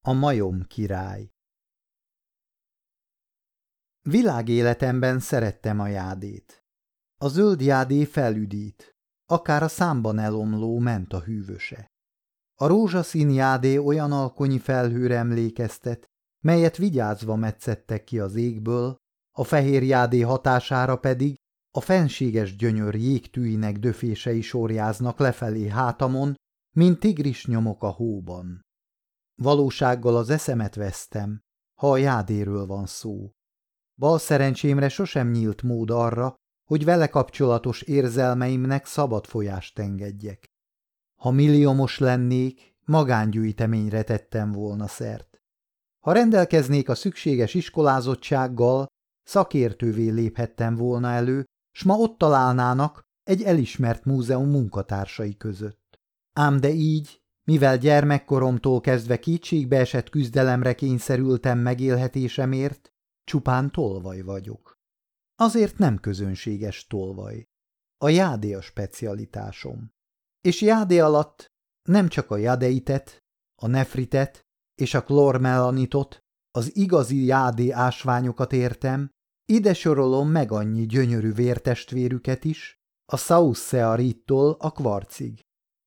A majom király. Világéletemben szerettem a jádét. A zöld jádé felüdít, akár a számban elomló menta hűvöse. A rózsaszín jádé olyan alkonyi felhőre emlékeztet, melyet vigyázva metszettek ki az égből, a fehér jádé hatására pedig a fenséges gyönyör jégtűinek döfései sorjáznak lefelé hátamon, mint tigris nyomok a hóban. Valósággal az eszemet vesztem, ha a jádéről van szó. Bal szerencsémre sosem nyílt mód arra, hogy vele kapcsolatos érzelmeimnek szabad folyást engedjek. Ha milliómos lennék, magángyűjteményre tettem volna szert. Ha rendelkeznék a szükséges iskolázottsággal, szakértővé léphettem volna elő, s ma ott találnának egy elismert múzeum munkatársai között. Ám de így, mivel gyermekkoromtól kezdve kétségbeesett küzdelemre kényszerültem megélhetésemért, csupán tolvaj vagyok. Azért nem közönséges tolvaj. A jádé a specialitásom. És jádé alatt nem csak a jadeitet, a nefritet és a klormelanitot, az igazi jádé ásványokat értem, ide sorolom meg annyi gyönyörű vértestvérüket is, a Saussearittól a kvarcig.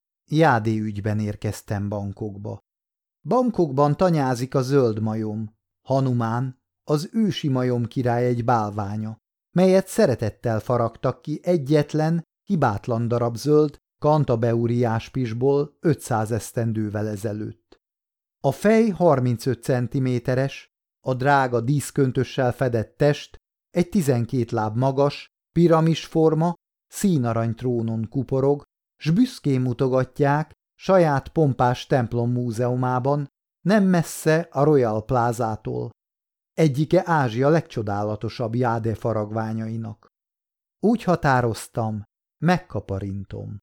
Jádé ügyben érkeztem Bangkokba. Bangkokban tanyázik a zöld majom, Hanumán, az ősi majom király egy bálványa, melyet szeretettel faragtak ki egyetlen, hibátlan darab zöld kantabeuri jáspisból 500 esztendővel ezelőtt. A fej 35 cm-es, a drága díszköntössel fedett test egy 12 láb magas, piramisforma, színarany trónon kuporog, s büszkén mutogatják saját pompás templom múzeumában, nem messze a Royal Plázától. Egyike Ázsia legcsodálatosabb jádé faragványainak. Úgy határoztam, megkaparintom.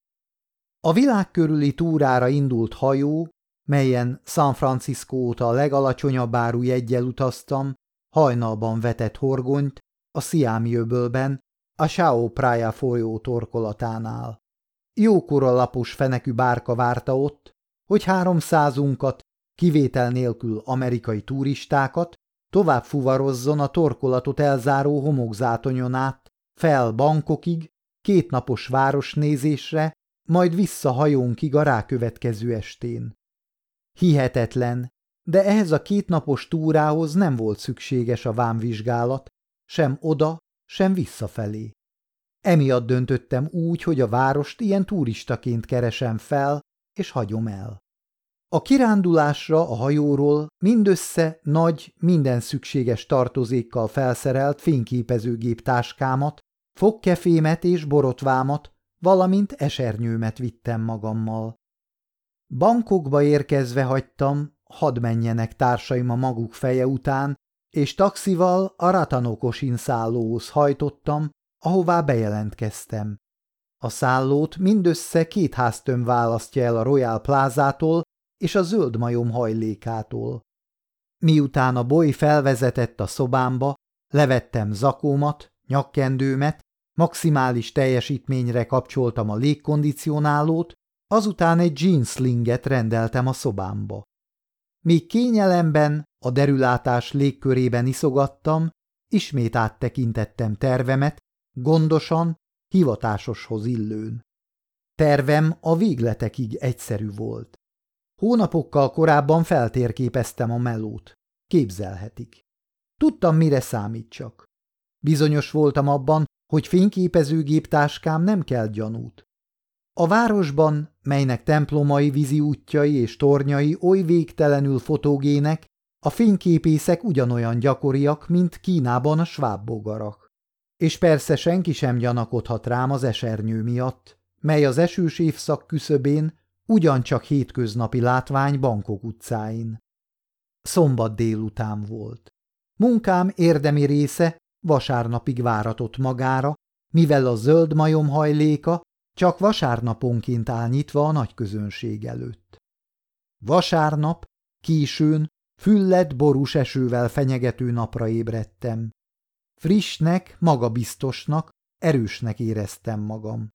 A világ körüli túrára indult hajó, melyen San Francisco óta a legalacsonyabb áru jeggyel utaztam, hajnalban vetett horgonyt a Sziámi-öbölben, a Chao Phraya folyó torkolatánál. Jókora lapos fenekű bárka várta ott, hogy 300-unkat, kivétel nélkül amerikai turistákat, tovább fuvarozzon a torkolatot elzáró homokzátonyon át, fel Bangkokig, 2 napos városnézésre, majd vissza hajónkig a rákövetkező estén. Hihetetlen, de ehhez a 2 napos túrához nem volt szükséges a vámvizsgálat, sem oda, sem visszafelé. Emiatt döntöttem úgy, hogy a várost ilyen turistaként keresem fel, és hagyom el. A kirándulásra a hajóról mindössze nagy, minden szükséges tartozékkal felszerelt fényképezőgép táskámat, fogkefémet és borotvámat, valamint esernyőmet vittem magammal. Bangkokba érkezve hagytam, hadd menjenek társaim a maguk feje után, és taxival a Ratanokosin szállóhoz hajtottam, ahová bejelentkeztem. A szállót mindössze 2 háztömb választja el a Royal Plázától és a zöld majom hajlékától. Miután a boly felvezetett a szobámba, levettem zakómat, nyakkendőmet, maximális teljesítményre kapcsoltam a légkondicionálót, azután egy jeanslinget rendeltem a szobámba. Míg kényelemben, a derülátás légkörében iszogattam, ismét áttekintettem tervemet, gondosan, hivatásoshoz illőn. Tervem a végletekig egyszerű volt. Hónapokkal korábban feltérképeztem a melót. Képzelhetik. Tudtam, mire számítsak. Bizonyos voltam abban, hogy fényképezőgéptáskám nem kelt gyanút. A városban, melynek templomai, vízi útjai és tornyai oly végtelenül fotogének, a fényképészek ugyanolyan gyakoriak, mint Kínában a sváb bogarak. És persze senki sem gyanakodhat rám az esernyő miatt, mely az esős évszak küszöbén ugyancsak hétköznapi látvány Bangkok utcáin. Szombat délután volt. Munkám érdemi része vasárnapig váratott magára, mivel a zöld majom hajléka csak vasárnaponként áll nyitva a nagy közönség előtt. Vasárnap, későn, füllett borús esővel fenyegető napra ébredtem. Frissnek, magabiztosnak, erősnek éreztem magam.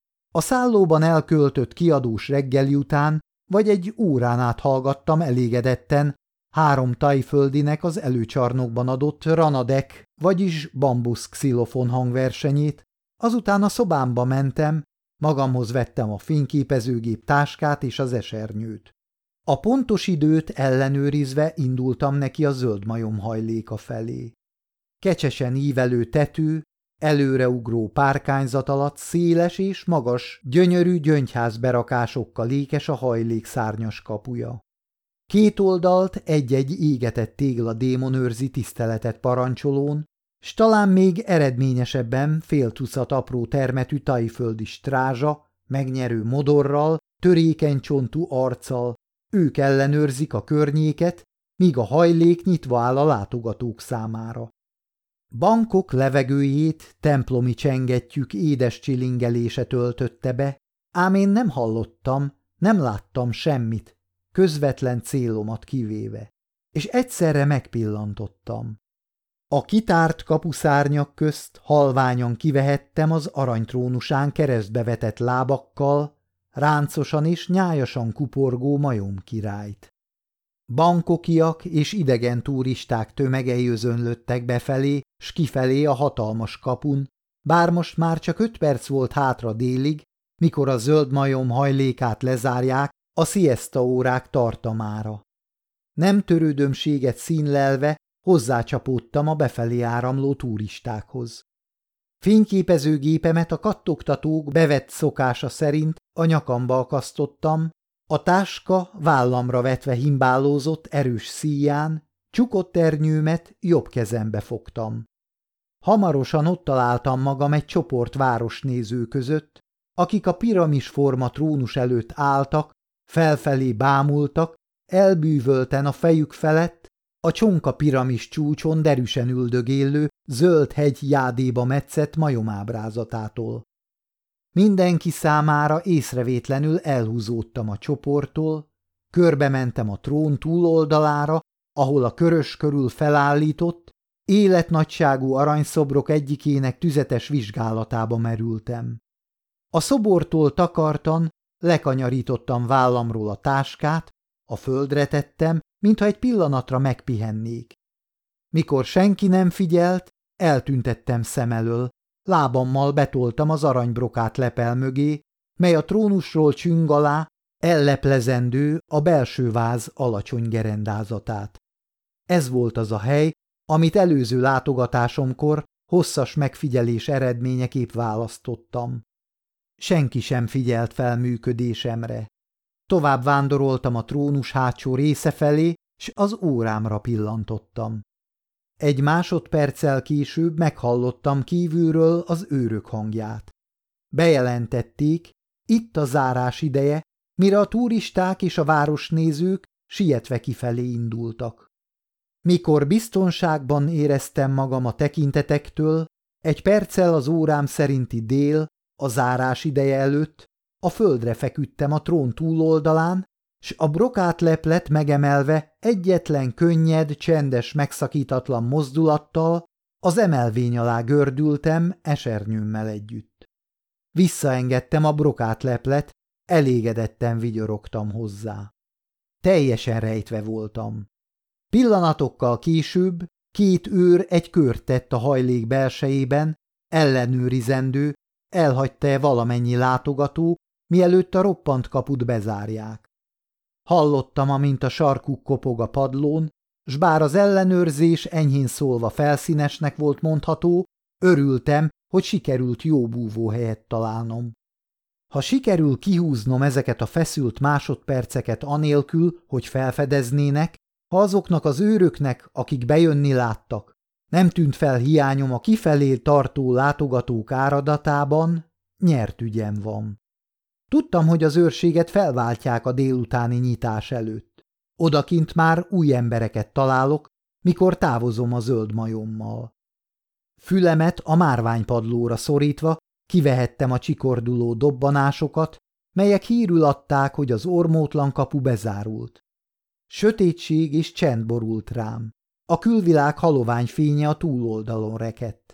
A szállóban elköltött kiadós reggeli után vagy egy órán át hallgattam elégedetten 3 tajföldinek az előcsarnokban adott Ranadek, vagyis bambusz xilofon hangversenyét, azután a szobámba mentem, magamhoz vettem a fényképezőgép táskát és az esernyőt. A pontos időt ellenőrizve indultam neki a zöld majom hajléka felé. Kecsesen ívelő tető, előreugró párkányzat alatt széles és magas, gyönyörű gyöngyházberakásokkal ékes a hajlék szárnyas kapuja. 2 oldalt egy-egy égetett tégla démon őrzi tiszteletet parancsolón, s talán még eredményesebben fél tucat apró termetű tajföldi strázsa, megnyerő modorral, törékeny csontú arccal, ők ellenőrzik a környéket, míg a hajlék nyitva áll a látogatók számára. Bangkok levegőjét templomi csengettyűk édes csilingelése töltötte be, ám én nem hallottam, nem láttam semmit, közvetlen célomat kivéve, és egyszerre megpillantottam. A kitárt kapuszárnyak közt halványan kivehettem az aranytrónusán keresztbe vetett lábakkal, ráncosan és nyájasan kuporgó majom királyt. Bangkokiak és idegen turisták tömegei özönlöttek befelé s kifelé a hatalmas kapun, bár most már csak 5 perc volt hátra délig, mikor a zöld majom hajlékát lezárják a siesta órák tartamára. Nem törődömséget színlelve hozzácsapódtam a befelé áramló turistákhoz. Fényképezőgépemet a kattogtatók bevett szokása szerint a nyakamba akasztottam, a táska vállamra vetve himbálózott erős szíján, csukott ernyőmet jobb kezembe fogtam. Hamarosan ott találtam magam egy csoport városnéző között, akik a piramisforma trónus előtt álltak, felfelé bámultak, elbűvölten a fejük felett, a csonka piramis csúcson derűsen üldögélő, zöld hegy jádéba metszett majomábrázatától. Mindenki számára észrevétlenül elhúzódtam a csoporttól, körbementem a trón túloldalára, ahol a körös körül felállított, életnagyságú aranyszobrok egyikének tüzetes vizsgálatába merültem. A szobortól takartan lekanyarítottam vállamról a táskát, a földre tettem, mintha egy pillanatra megpihennék. Mikor senki nem figyelt, eltüntettem szem elől, lábammal betoltam az aranybrokát lepel mögé, mely a trónusról csüng alá, elleplezendő a belső váz alacsony gerendázatát. Ez volt az a hely, amit előző látogatásomkor hosszas megfigyelés eredményeképp választottam. Senki sem figyelt fel működésemre. Tovább vándoroltam a trónus hátsó része felé, s az órámra pillantottam. Egy másodperccel később meghallottam kívülről az őrök hangját. Bejelentették, itt a zárás ideje, mire a turisták és a városnézők sietve kifelé indultak. Mikor biztonságban éreztem magam a tekintetektől, egy perccel az órám szerinti dél, a zárás ideje előtt, a földre feküdtem a trón túloldalán, s a brokátleplet megemelve egyetlen könnyed, csendes, megszakítatlan mozdulattal az emelvény alá gördültem esernyőmmel együtt. Visszaengedtem a brokátleplet, elégedetten vigyorogtam hozzá. Teljesen rejtve voltam. Pillanatokkal később 2 őr egy kört tett a hajlék belsejében, ellenőrizendő, elhagyta-e valamennyi látogató, mielőtt a roppant kaput bezárják. Hallottam, amint a sarkuk kopog a padlón, s bár az ellenőrzés enyhén szólva felszínesnek volt mondható, örültem, hogy sikerült jó búvóhelyet találnom. Ha sikerül kihúznom ezeket a feszült másodperceket anélkül, hogy felfedeznének, ha azoknak az őröknek, akik bejönni láttak, nem tűnt fel hiányom a kifelé tartó látogatók áradatában, nyert ügyem van. Tudtam, hogy az őrséget felváltják a délutáni nyitás előtt. Odakint már új embereket találok, mikor távozom a zöld majommal. Fülemet a márványpadlóra szorítva kivehettem a csikorduló dobbanásokat, melyek hírül adták, hogy az ormótlan kapu bezárult. Sötétség és csend borult rám. A külvilág halovány fénye a túloldalon rekedt.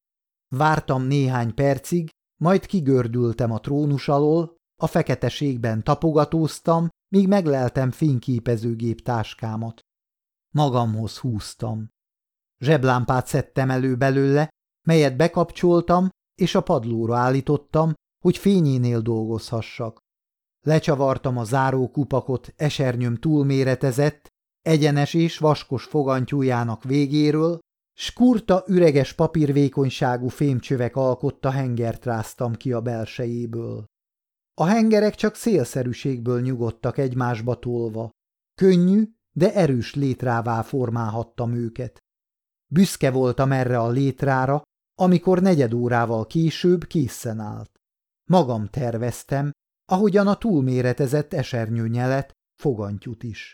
Vártam néhány percig, majd kigördültem a trónus alól, a feketeségben tapogatóztam, míg megleltem fényképezőgép táskámat. Magamhoz húztam. Zseblámpát szedtem elő belőle, melyet bekapcsoltam, és a padlóra állítottam, hogy fényénél dolgozhassak. Lecsavartam a zárókupakot esernyőm túlméretezett, egyenes és vaskos fogantyújának végéről, s kurta üreges papírvékonyságú fémcsövek alkotta hengert ráztam ki a belsejéből. A hengerek csak szélszerűségből nyugodtak egymásba tolva. Könnyű, de erős létrává formálhattam őket. Büszke voltam erre a létrára, amikor 4 órával később készen állt. Magam terveztem, ahogyan a túlméretezett esernyőnyelet, fogantyút is.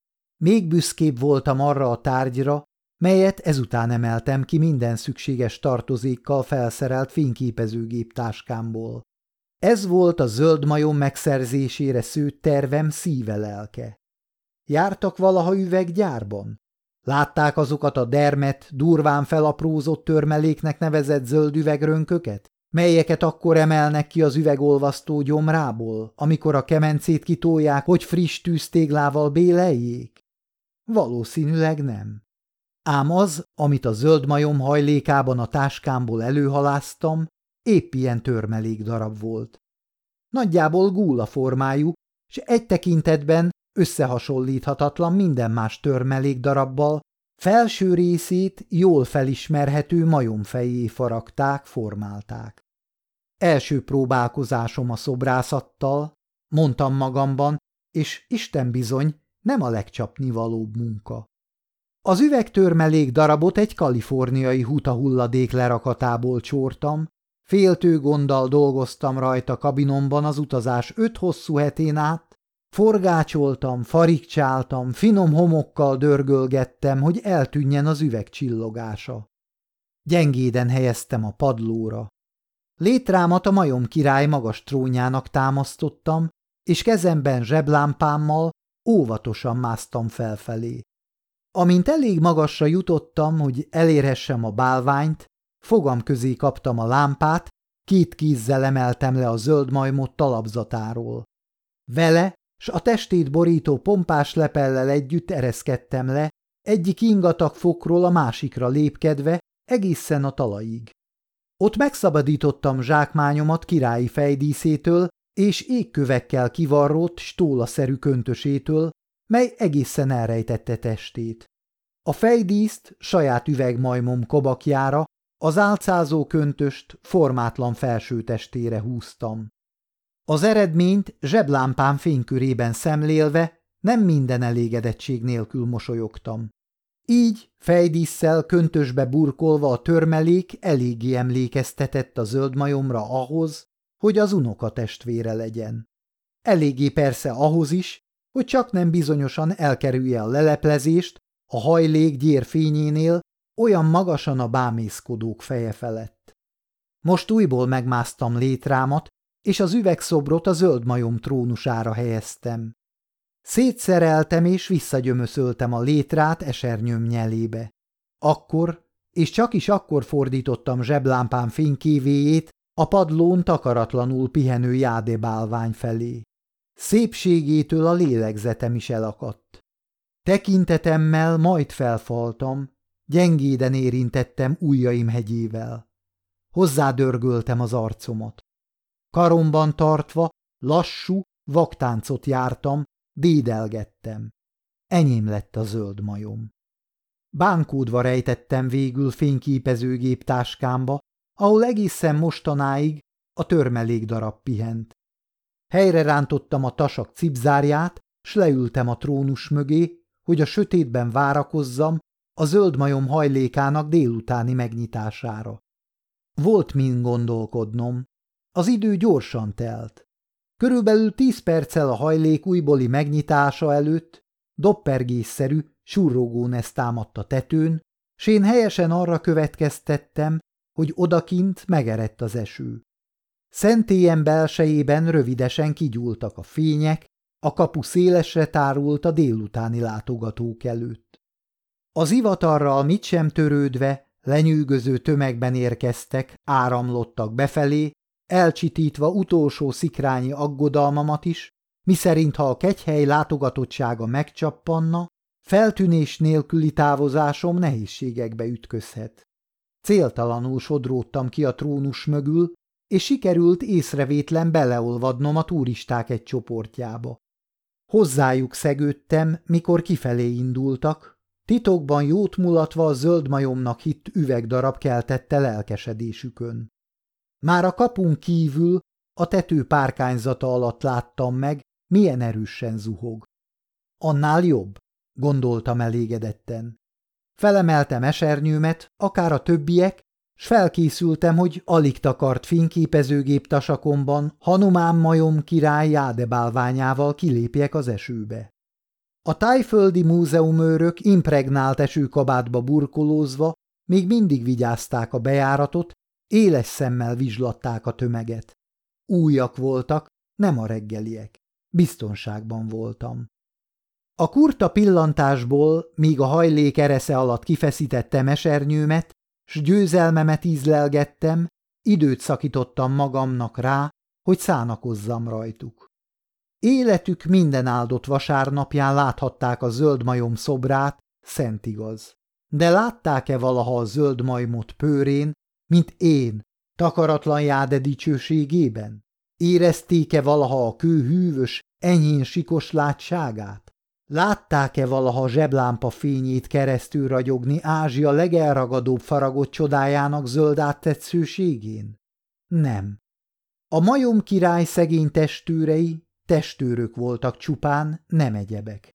Még büszkébb voltam arra a tárgyra, melyet ezután emeltem ki minden szükséges tartozékkal felszerelt fényképezőgép táskámból. Ez volt a zöld majom megszerzésére szőtt tervem szíve-lelke. Jártak valaha üveggyárban? Látták azokat a dermet, durván felaprózott törmeléknek nevezett zöld üvegrönköket, melyeket akkor emelnek ki az üvegolvasztó gyomrából, amikor a kemencét kitolják, hogy friss tűztéglával béleljék? Valószínűleg nem. Ám az, amit a zöld majom hajlékában a táskámból előhaláztam, épp ilyen törmelék darab volt. Nagyjából gúla formájú, s egy tekintetben összehasonlíthatatlan minden más törmelék darabbal, felső részét jól felismerhető majomfejé faragták, formálták. Első próbálkozásom a szobrászattal, mondtam magamban, és Isten bizony, nem a legcsapnivalóbb munka. Az üvegtörmelék darabot egy kaliforniai hutahulladék lerakatából csortam, féltő gonddal dolgoztam rajta kabinomban az utazás 5 hosszú hetén át, forgácsoltam, farigcsáltam, finom homokkal dörgölgettem, hogy eltűnjen az üveg csillogása. Gyengéden helyeztem a padlóra. Létrámat a majom király magas trónjának támasztottam, és kezemben zseblámpámmal óvatosan másztam felfelé. Amint elég magasra jutottam, hogy elérhessem a bálványt, fogam közé kaptam a lámpát, 2 kézzel emeltem le a zöld majmot talapzatáról. Vele s a testét borító pompás lepellel együtt ereszkedtem le, egyik ingatag fokról a másikra lépkedve egészen a talajig. Ott megszabadítottam zsákmányomat királyi fejdíszétől és égkövekkel kivarrott stólaszerű köntösétől, mely egészen elrejtette testét. A fejdíszt saját üvegmajmom kobakjára, az álcázó köntöst formátlan felső testére húztam. Az eredményt zseblámpám fénykörében szemlélve nem minden elégedettség nélkül mosolyogtam. Így fejdísszel köntösbe burkolva a törmelék eléggé emlékeztetett a zöld majomra ahhoz, hogy az unokatestvére legyen. Eléggé persze ahhoz is, hogy csak nem bizonyosan elkerülje a leleplezést a hajlék gyér fényénél olyan magasan a bámészkodók feje felett. Most újból megmásztam létrámat, és az üvegszobrot a zöld majom trónusára helyeztem. Szétszereltem és visszagyömöszöltem a létrát esernyőm nyelébe. Akkor, és csak is akkor fordítottam zseblámpám fénykévéjét a padlón takaratlanul pihenő jádébálvány felé. Szépségétől a lélegzetem is elakadt. Tekintetemmel majd felfaltam, gyengéden érintettem ujjaim hegyével. Hozzádörgöltem az arcomat. Karomban tartva lassú, vaktáncot jártam, dédelgettem. Enyém lett a zöld majom. Bánkódva rejtettem végül fényképezőgép táskámba, ahol egészen mostanáig a törmelék darab pihent. Helyre rántottam a tasak cipzárját, s leültem a trónus mögé, hogy a sötétben várakozzam a zöld majom hajlékának délutáni megnyitására. Volt min gondolkodnom. Az idő gyorsan telt. Körülbelül 10 perccel a hajlék újbóli megnyitása előtt doppergésszerű, surrogónesz támadt a tetőn, s én helyesen arra következtettem, hogy odakint megerett az eső. Szentélyen belsejében rövidesen kigyúltak a fények, a kapu szélesre tárult a délutáni látogatók előtt. Az ivatarral mit sem törődve, lenyűgöző tömegben érkeztek, áramlottak befelé, elcsitítva utolsó szikrányi aggodalmamat is, miszerint ha a kegyhely látogatottsága megcsappanna, Feltűnés nélküli távozásom nehézségekbe ütközhet. Céltalanul sodródtam ki a trónus mögül, és sikerült észrevétlen beleolvadnom a turisták egy csoportjába. Hozzájuk szegődtem, mikor kifelé indultak, titokban jót mulatva a zöld majomnak hitt üvegdarab keltette lelkesedésükön. Már a kapun kívül a tető párkányzata alatt láttam meg, milyen erősen zuhog. Annál jobb, gondoltam elégedetten. Felemeltem esernyőmet, akár a többiek, s felkészültem, hogy alig takart fényképezőgép tasakomban Hanuman majom király jádebálványával kilépjek az esőbe. A tájföldi múzeumőrök impregnált esőkabátba burkolózva még mindig vigyázták a bejáratot, éles szemmel vizslatták a tömeget. Újak voltak, nem a reggeliek. Biztonságban voltam. A kurta pillantásból, míg a hajlék eresze alatt kifeszítettem esernyőmet, s győzelmemet ízlelgettem, időt szakítottam magamnak rá, hogy szánakozzam rajtuk. Életük minden áldott vasárnapján láthatták a zöld majom szobrát, szent igaz. De látták-e valaha a zöld majmot pőrén, mint én, takaratlan jáde dicsőségében? Érezték-e valaha a kő hűvös, enyhén sikos látságát? Látták-e valaha zseblámpa fényét keresztül ragyogni Ázsia legelragadóbb faragott csodájának zöld áttetszőségén? Nem. A majom király szegény testőrei testőrök voltak csupán, nem egyebek.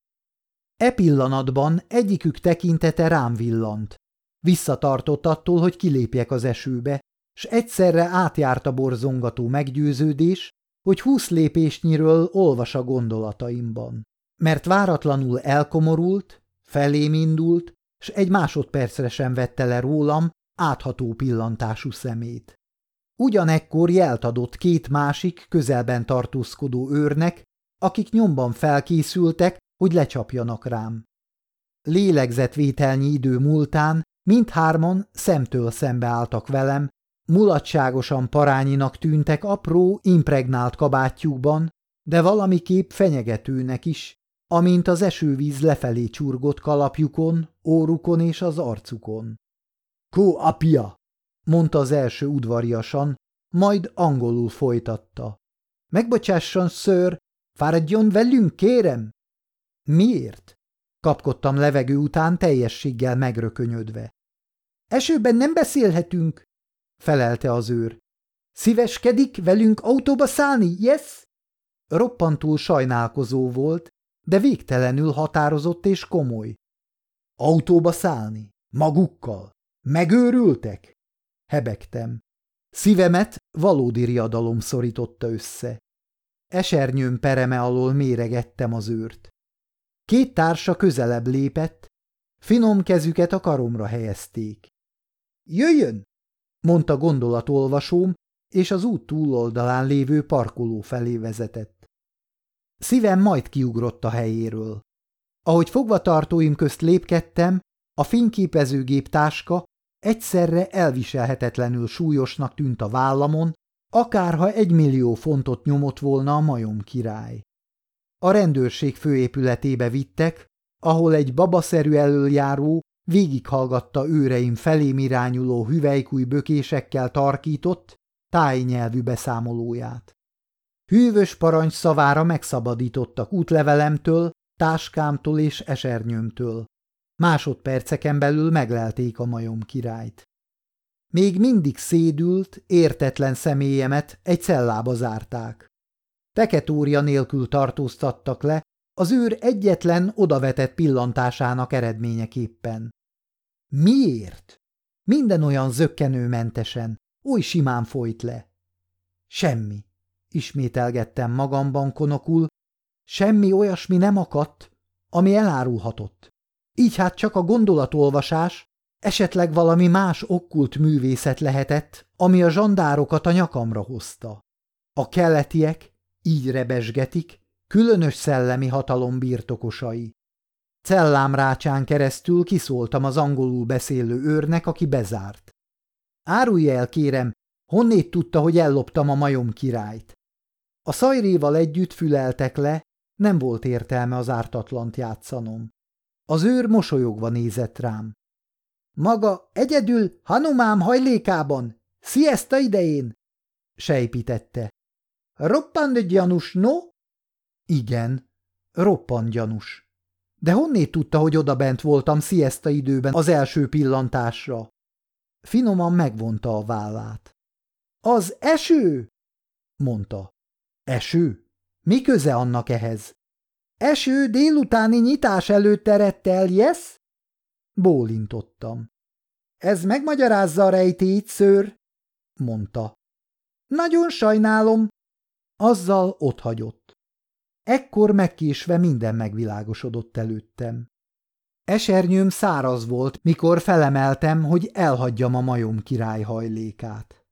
E pillanatban egyikük tekintete rám villant. Visszatartott attól, hogy kilépjek az esőbe, s egyszerre átjárt a borzongató meggyőződés, hogy 20 lépésnyiről olvas a gondolataimban. Mert váratlanul elkomorult, felém indult, s egy másodpercre sem vette le rólam átható pillantású szemét. Ugyanekkor jelt adott két másik, közelben tartózkodó őrnek, akik nyomban felkészültek, hogy lecsapjanak rám. Lélegzetvételnyi idő múltán mindhárman szemtől szembe álltak velem, mulatságosan parányinak tűntek apró, impregnált kabátjukban, de valamiképp fenyegetőnek is, amint az esővíz lefelé csurgott kalapjukon, órukon és az arcukon. – Ko apja! – mondta az első udvariasan, majd angolul folytatta. – Megbocsásson, ször, fáradjon velünk, kérem! – Miért? – kapkodtam levegő után teljességgel megrökönyödve. – Esőben nem beszélhetünk! – felelte az őr. – Szíveskedik velünk autóba szállni, yes? Roppantul sajnálkozó volt, de végtelenül határozott és komoly. Autóba szállni? Magukkal? Megőrültek? Hebegtem. Szívemet valódi riadalom szorította össze. Esernyőm pereme alól méregettem az őrt. Két társa közelebb lépett, finom kezüket a karomra helyezték. Jöjjön! Mondta gondolatolvasóm, és az út túloldalán lévő parkoló felé vezetett. Szívem majd kiugrott a helyéről. Ahogy fogvatartóim közt lépkedtem, a fényképezőgép táska egyszerre elviselhetetlenül súlyosnak tűnt a vállamon, akárha 1 millió fontot nyomott volna a majom király. A rendőrség főépületébe vittek, ahol egy babaszerű elöljáró végighallgatta őreim felém irányuló hüvelykúj bökésekkel tarkított, tájnyelvű beszámolóját. Hűvös parancs szavára megszabadítottak útlevelemtől, táskámtól és esernyőmtől. Másodperceken belül meglelték a majom királyt. Még mindig szédült, értetlen személyemet egy cellába zárták. Teketória nélkül tartóztattak le, az őr egyetlen odavetett pillantásának eredményeképpen. Miért? Minden olyan zökkenőmentesen, oly simán folyt le. Semmi, ismételgettem magamban konokul, semmi olyasmi nem akadt, ami elárulhatott. Így hát csak a gondolatolvasás, esetleg valami más okkult művészet lehetett, ami a zsandárokat a nyakamra hozta. A keletiek, így rebesgetik, különös szellemi hatalom birtokosai. Cellámrácsán keresztül kiszóltam az angolul beszélő őrnek, aki bezárt. Árulj el, kérem, honnét tudta, hogy elloptam a majom királyt? A szajréval együtt füleltek le, nem volt értelme az ártatlant játszanom. Az őr mosolyogva nézett rám. Maga egyedül Hanumám hajlékában, szieszta idején? Sejpítette. Roppant gyanús, no? Igen, roppant gyanús. De honnét tudta, hogy odabent voltam szieszta időben az első pillantásra? Finoman megvonta a vállát. Az eső! Mondta. Eső? Mi köze annak ehhez? Eső délutáni nyitás előtt eredt el, yes? Bólintottam. Ez megmagyarázza a rejtélyt, ször, mondta. Nagyon sajnálom. Azzal otthagyott. Ekkor megkésve minden megvilágosodott előttem. Esernyőm száraz volt, mikor felemeltem, hogy elhagyjam a majom király hajlékát.